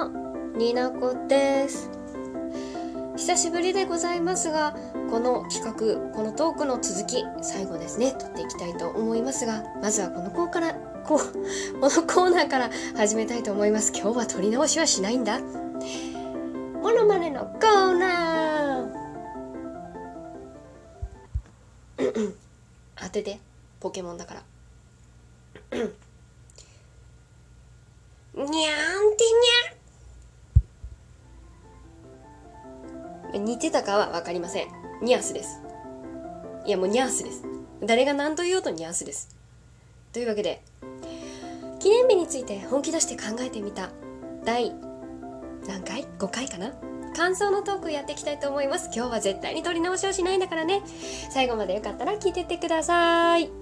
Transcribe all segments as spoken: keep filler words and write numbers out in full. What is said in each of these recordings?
も、になこです。久しぶりでございますが、この企画、このトークの続き、最後ですね、撮っていきたいと思いますが、まずはこのコーからこうこのコーナーから始めたいと思います。今日は撮り直しはしないんだ。モノマネのコーナー当てて、ポケモンだからにゃーんてにゃ似てたかは分かりません。ニャースです。いやもうニャースです。誰が何と言おうとニャースです。というわけで、記念日について本気出して考えてみた第何回 ?ご 回かな、感想のトークやっていきたいと思います。今日は絶対に撮り直しはしないんだからね。最後までよかったら聞いてってください。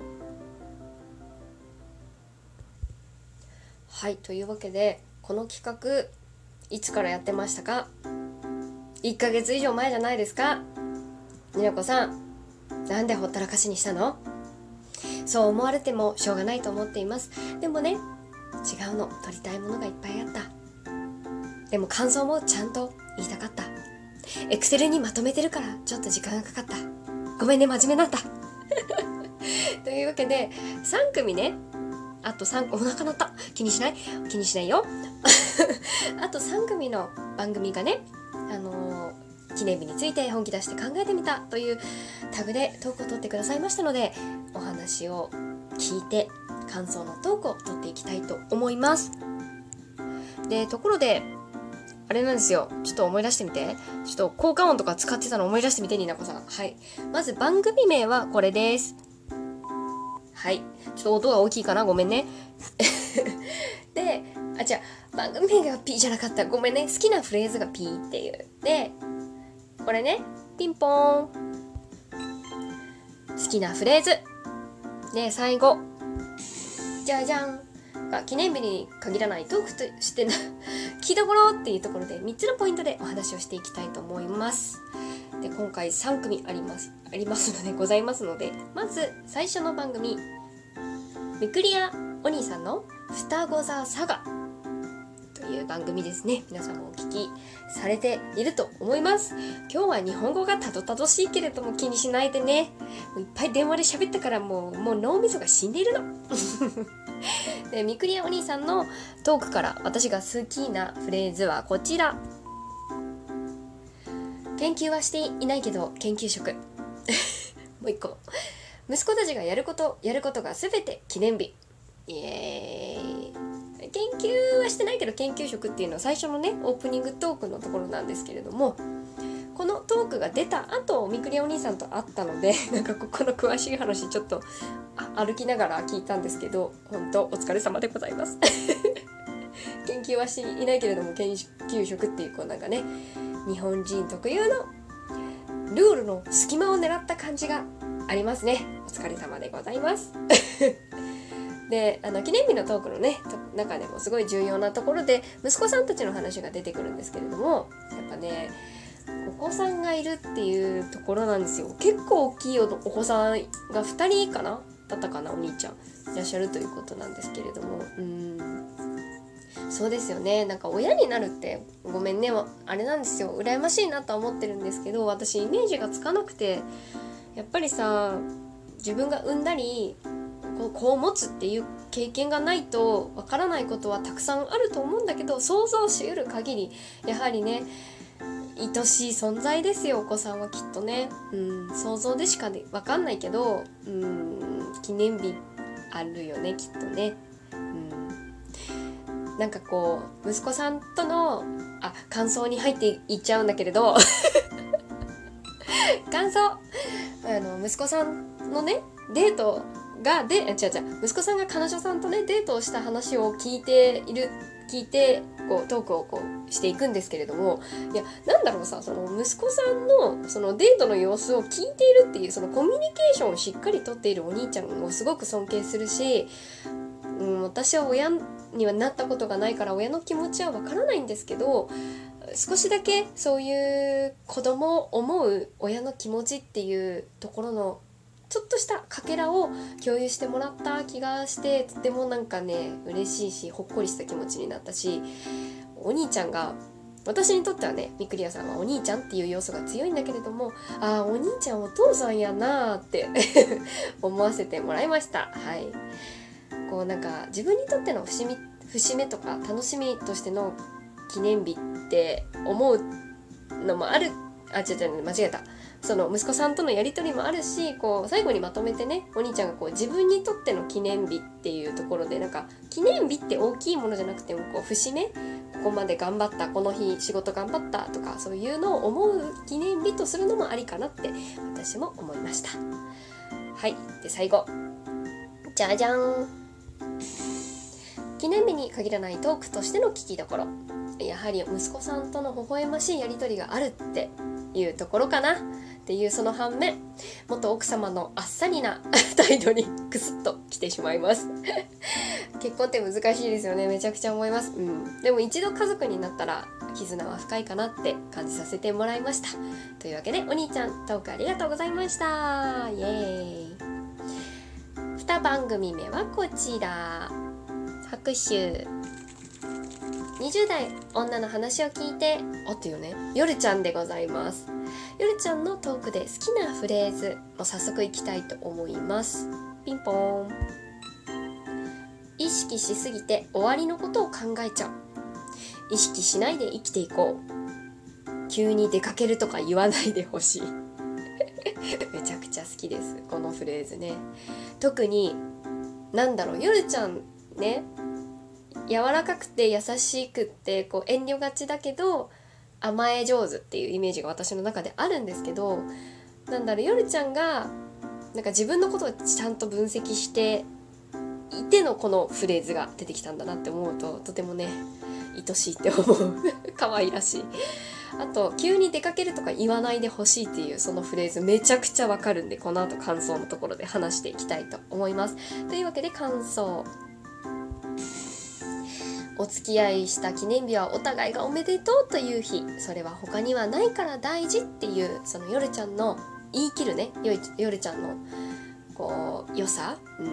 はい、というわけで、この企画いつからやってましたか？いっかげつ以上前じゃないですか。になこさん、なんでほったらかしにしたの？そう思われてもしょうがないと思っています。でもね、違うの、撮りたいものがいっぱいあった。でも感想もちゃんと言いたかった。エクセルにまとめてるからちょっと時間がかかった。ごめんね、真面目なんだというわけで、さん組ね、あとさん、お腹鳴った、気にしない気にしないよあとさん組の番組がね、あのー、記念日について本気出して考えてみたというタグでトークを取ってくださいましたので、お話を聞いて感想のトークを取っていきたいと思います。で、ところであれなんですよ、ちょっと思い出してみて、ちょっと効果音とか使ってたの思い出してみて、になこさん。はい、まず番組名はこれです。はい、ちょっと音が大きいかな、ごめんねで、あ、違う、番組名が P じゃなかった、ごめんね。好きなフレーズが P っていう。で、これね、ピンポーン、好きなフレーズで、最後じゃじゃんが記念日に限らないトークとしてな聞いたころっていうところでみっつのポイントでお話をしていきたいと思います。で、今回さん組ありますありますのでございますので、まず最初の番組、めくりやお兄さんの双子座サガという番組ですね。皆さんもお聞きされていると思います。今日は日本語がたどたどしいけれども気にしないでね。もういっぱい電話で喋ったからもうもう脳みそが死んでいるので、みくりやお兄さんのトークから私が好きなフレーズはこちら。研究はしていないけど研究職もう一個、息子たちがやることやることがすべて記念日。イエーイ。研究はしてないけど研究職っていうのは最初のね、オープニングトークのところなんですけれども、このトークが出た後、みくりお兄さんと会ったのでなんかここの詳しい話ちょっと歩きながら聞いたんですけど、本当お疲れ様でございます研究はしていないけれども研究職っていう、こうなんかね、日本人特有のルールの隙間を狙った感じがありますね。お疲れ様でございますで、あの記念日のトークのね中でもすごい重要なところで息子さんたちの話が出てくるんですけれども、やっぱね、お子さんがいるっていうところなんですよ。結構大きいお子さんがふたりかなだったかな、お兄ちゃんいらっしゃるということなんですけれども、うーんそうですよね。なんか親になるってごめんね、あれなんですよ、羨ましいなとは思ってるんですけど、私イメージがつかなくて、やっぱりさ、自分が産んだりこう、こう持つっていう経験がないとわからないことはたくさんあると思うんだけど、想像しうる限りやはりね、愛しい存在ですよ、お子さんはきっとね。うん、想像でしかでわかんないけど、うん、記念日あるよね、きっとね。うん、なんかこう息子さんとのあ感想に入っていっちゃうんだけれど感想、あの息子さんのねデートがで違う違う息子さんが彼女さんとねデートをした話を聞いている聞いてこうトークをこうしていくんですけれども、いやなんだろうさ、その息子さんのそのデートの様子を聞いているっていう、そのコミュニケーションをしっかりとっているお兄ちゃんをすごく尊敬するし、うん、私は親にはなったことがないから親の気持ちはわからないんですけど、少しだけそういう子供を思う親の気持ちっていうところのちょっとしたかけらを共有してもらった気がして、とてもなんかね嬉しいし、ほっこりした気持ちになったし、 お兄ちゃんが、私にとってはね、みくりやさんはお兄ちゃんっていう要素が強いんだけれども、ああお兄ちゃんお父さんやなーって思わせてもらいました。はい、こうなんか自分にとっての節目節目とか楽しみとしての記念日って思うのもある。あ違う違う間違えた。その息子さんとのやり取りもあるし、こう最後にまとめてね、お兄ちゃんがこう自分にとっての記念日っていうところで、なんか記念日って大きいものじゃなくても、こう節目、ここまで頑張った、この日仕事頑張ったとか、そういうのを思う記念日とするのもありかなって私も思いました。はい、で最後、じゃじゃん。記念日に限らないトークとしての聞きどころ、やはり息子さんとの微笑ましいやり取りがあるっていうところかなっていう、その反面、元奥様のあっさりな態度にクスッときてしまいます結婚って難しいですよね。めちゃくちゃ思います、うん、でも一度家族になったら絆は深いかなって感じさせてもらいました。というわけで、お兄ちゃんトークありがとうございました。イエーイ。に番組目はこちら、拍手。にじゅう代女の話を聞いてあったよね、よるちゃんでございます。よるちゃんのトークで好きなフレーズも早速いきたいと思います。ピンポーン。意識しすぎて終わりのことを考えちゃう。意識しないで生きていこう。急に出かけるとか言わないでほしいめちゃくちゃ好きです、このフレーズね。特になんだろう、よるちゃんね、柔らかくて優しくってこう遠慮がちだけど甘え上手っていうイメージが私の中であるんですけど、なんだろう、よるちゃんがなんか自分のことをちゃんと分析していてのこのフレーズが出てきたんだなって思うと、とてもね愛しいって思う可愛らしい。あと急に出かけるとか言わないでほしいっていうそのフレーズめちゃくちゃわかるんで、この後感想のところで話していきたいと思います。というわけで感想、お付き合いした記念日はお互いがおめでとうという日、それは他にはないから大事っていう、そのよるちゃんの言い切るね、よ, よるちゃんのこう良さ、うん、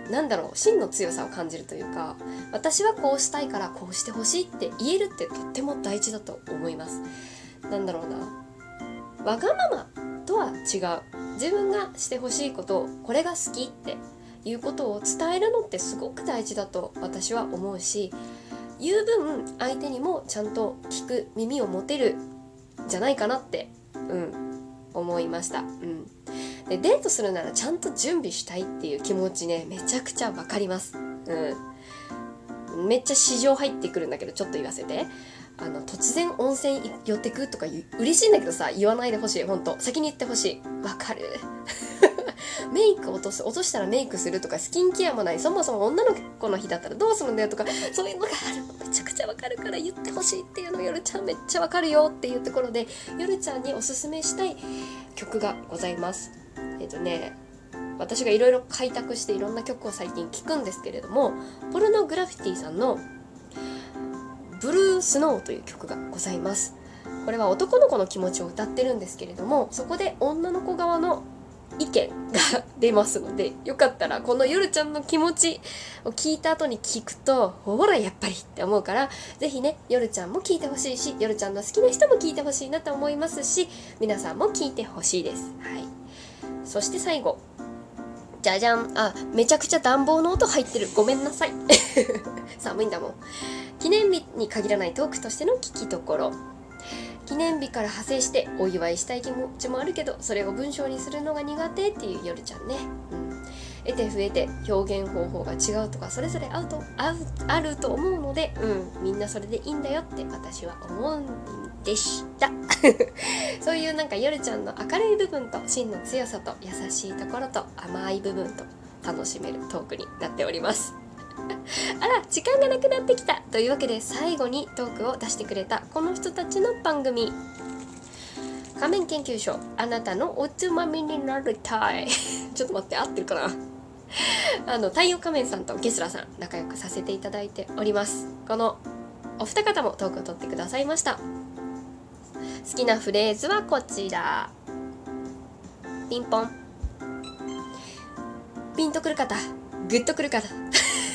なんだろう、真の強さを感じるというか、私はこうしたいからこうしてほしいって言えるってとっても大事だと思います。なんだろうな、わがままとは違う、自分がしてほしいことを、これが好きっていうことを伝えるのってすごく大事だと私は思うし、言う分相手にもちゃんと聞く耳を持てるんじゃないかなって、うん、思いました、うん、でデートするならちゃんと準備したいっていう気持ちね、めちゃくちゃわかります、うん、めっちゃ市場入ってくるんだけど、ちょっと言わせて、あの突然温泉寄ってくとか嬉しいんだけどさ、言わないでほしい。本当先に言ってほしい。わかるメイク落とす落としたらメイクするとか、スキンケアもない、そもそも女の子の日だったらどうするんだよとか、そういうのがあるのめちゃくちゃわかるから言ってほしいっていうのをよるちゃんめっちゃわかるよっていうところで、よるちゃんにおすすめしたい曲がございます。えっとね私がいろいろ開拓していろんな曲を最近聴くんですけれども、ポルノグラフィティさんのブルースノーという曲がございます。これは男の子の気持ちを歌ってるんですけれども、そこで女の子側の意見が出ますので、よかったらこのよるちゃんの気持ちを聞いた後に聞くと、ほらやっぱりって思うから、ぜひねよるちゃんも聞いてほしいし、よるちゃんの好きな人も聞いてほしいなと思いますし、皆さんも聞いてほしいです。はい。そして最後、じゃじゃん。あ、めちゃくちゃ暖房の音入ってる、ごめんなさい寒いんだもん。記念日に限らないトークとしての聞きどころ、記念日から派生してお祝いしたい気持ちもあるけど、それを文章にするのが苦手っていうよるちゃんね、うん、得て増えて表現方法が違うとかそれぞれあるとああると思うので、うん、みんなそれでいいんだよって私は思うんでしたそういうなんかよるちゃんの明るい部分と芯の強さと優しいところと甘い部分と楽しめるトークになっておりますあら、時間がなくなってきたというわけで、最後にトークを出してくれたこの人たちの番組、仮面研究所、あなたのおつまみになりたいちょっと待って、合ってるかなあの太陽仮面さんとゲスラさん仲良くさせていただいております。このお二方もトークを取ってくださいました。好きなフレーズはこちら、ピンポン。ピンとくる方、グッとくる方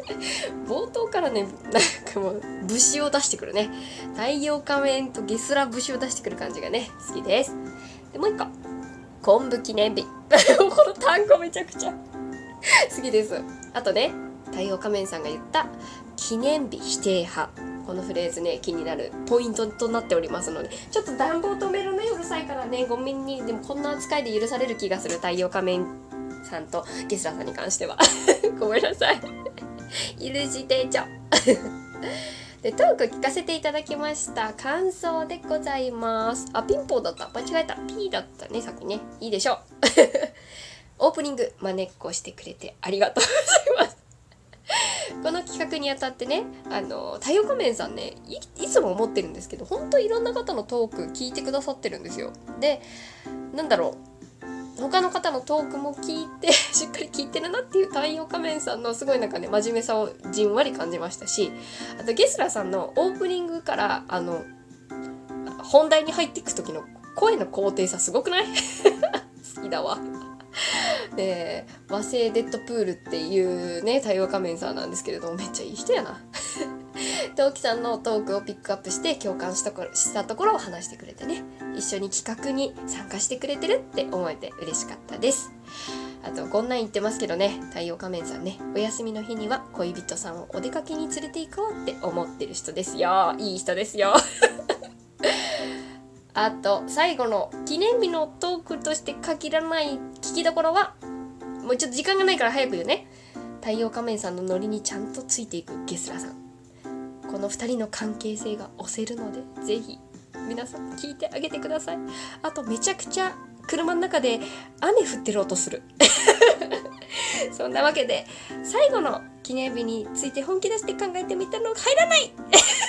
冒頭からね、なんかもう武士を出してくるね。太陽仮面とゲスラ武士を出してくる感じがね、好きです。で、もう一個。昆布記念日。この単語めちゃくちゃ好きです。あとね、太陽仮面さんが言った記念日否定派。このフレーズね、気になるポイントとなっておりますので、ちょっと暖房止めるのうるさいからね、ごめんに。でもこんな扱いで許される気がする、太陽仮面さんとゲスラさんに関してはごめんなさい許してちょで、トーク聞かせていただきました感想でございます。あ、ピンポンだった、間違えた、 P だったね、さっきね。いいでしょうオープニングまねっこしてくれてありがとうございますこの企画にあたってね、あの太陽仮面さんね、 い, いつも思ってるんですけど、本当いろんな方のトーク聞いてくださってるんですよ。で、なんだろう、他の方のトークも聞いてしっかり聞いてるなっていう太陽仮面さんのすごいなんかね、真面目さをじんわり感じましたし、あとゲスラさんのオープニングからあの本題に入っていく時の声の高低差すごくない好きだわで、和製デッドプールっていうね、太陽仮面さんなんですけれども、めっちゃいい人やなトウキさんのトークをピックアップして共感したころしたところを話してくれてね、一緒に企画に参加してくれてるって思えて嬉しかったです。あとこんなん言ってますけどね、太陽仮面さんね、お休みの日には恋人さんをお出かけに連れて行こうって思ってる人ですよ。いい人ですよあと最後の記念日のトークとして限らない聞きどころは、もうちょっと時間がないから早く言うね。太陽仮面さんのノリにちゃんとついていくゲスラさん、このふたりの関係性が押せるので、ぜひ皆さん聞いてあげてください。あとめちゃくちゃ車の中で雨降ってる音するそんなわけで最後の記念日について本気出して考えてみたの入らない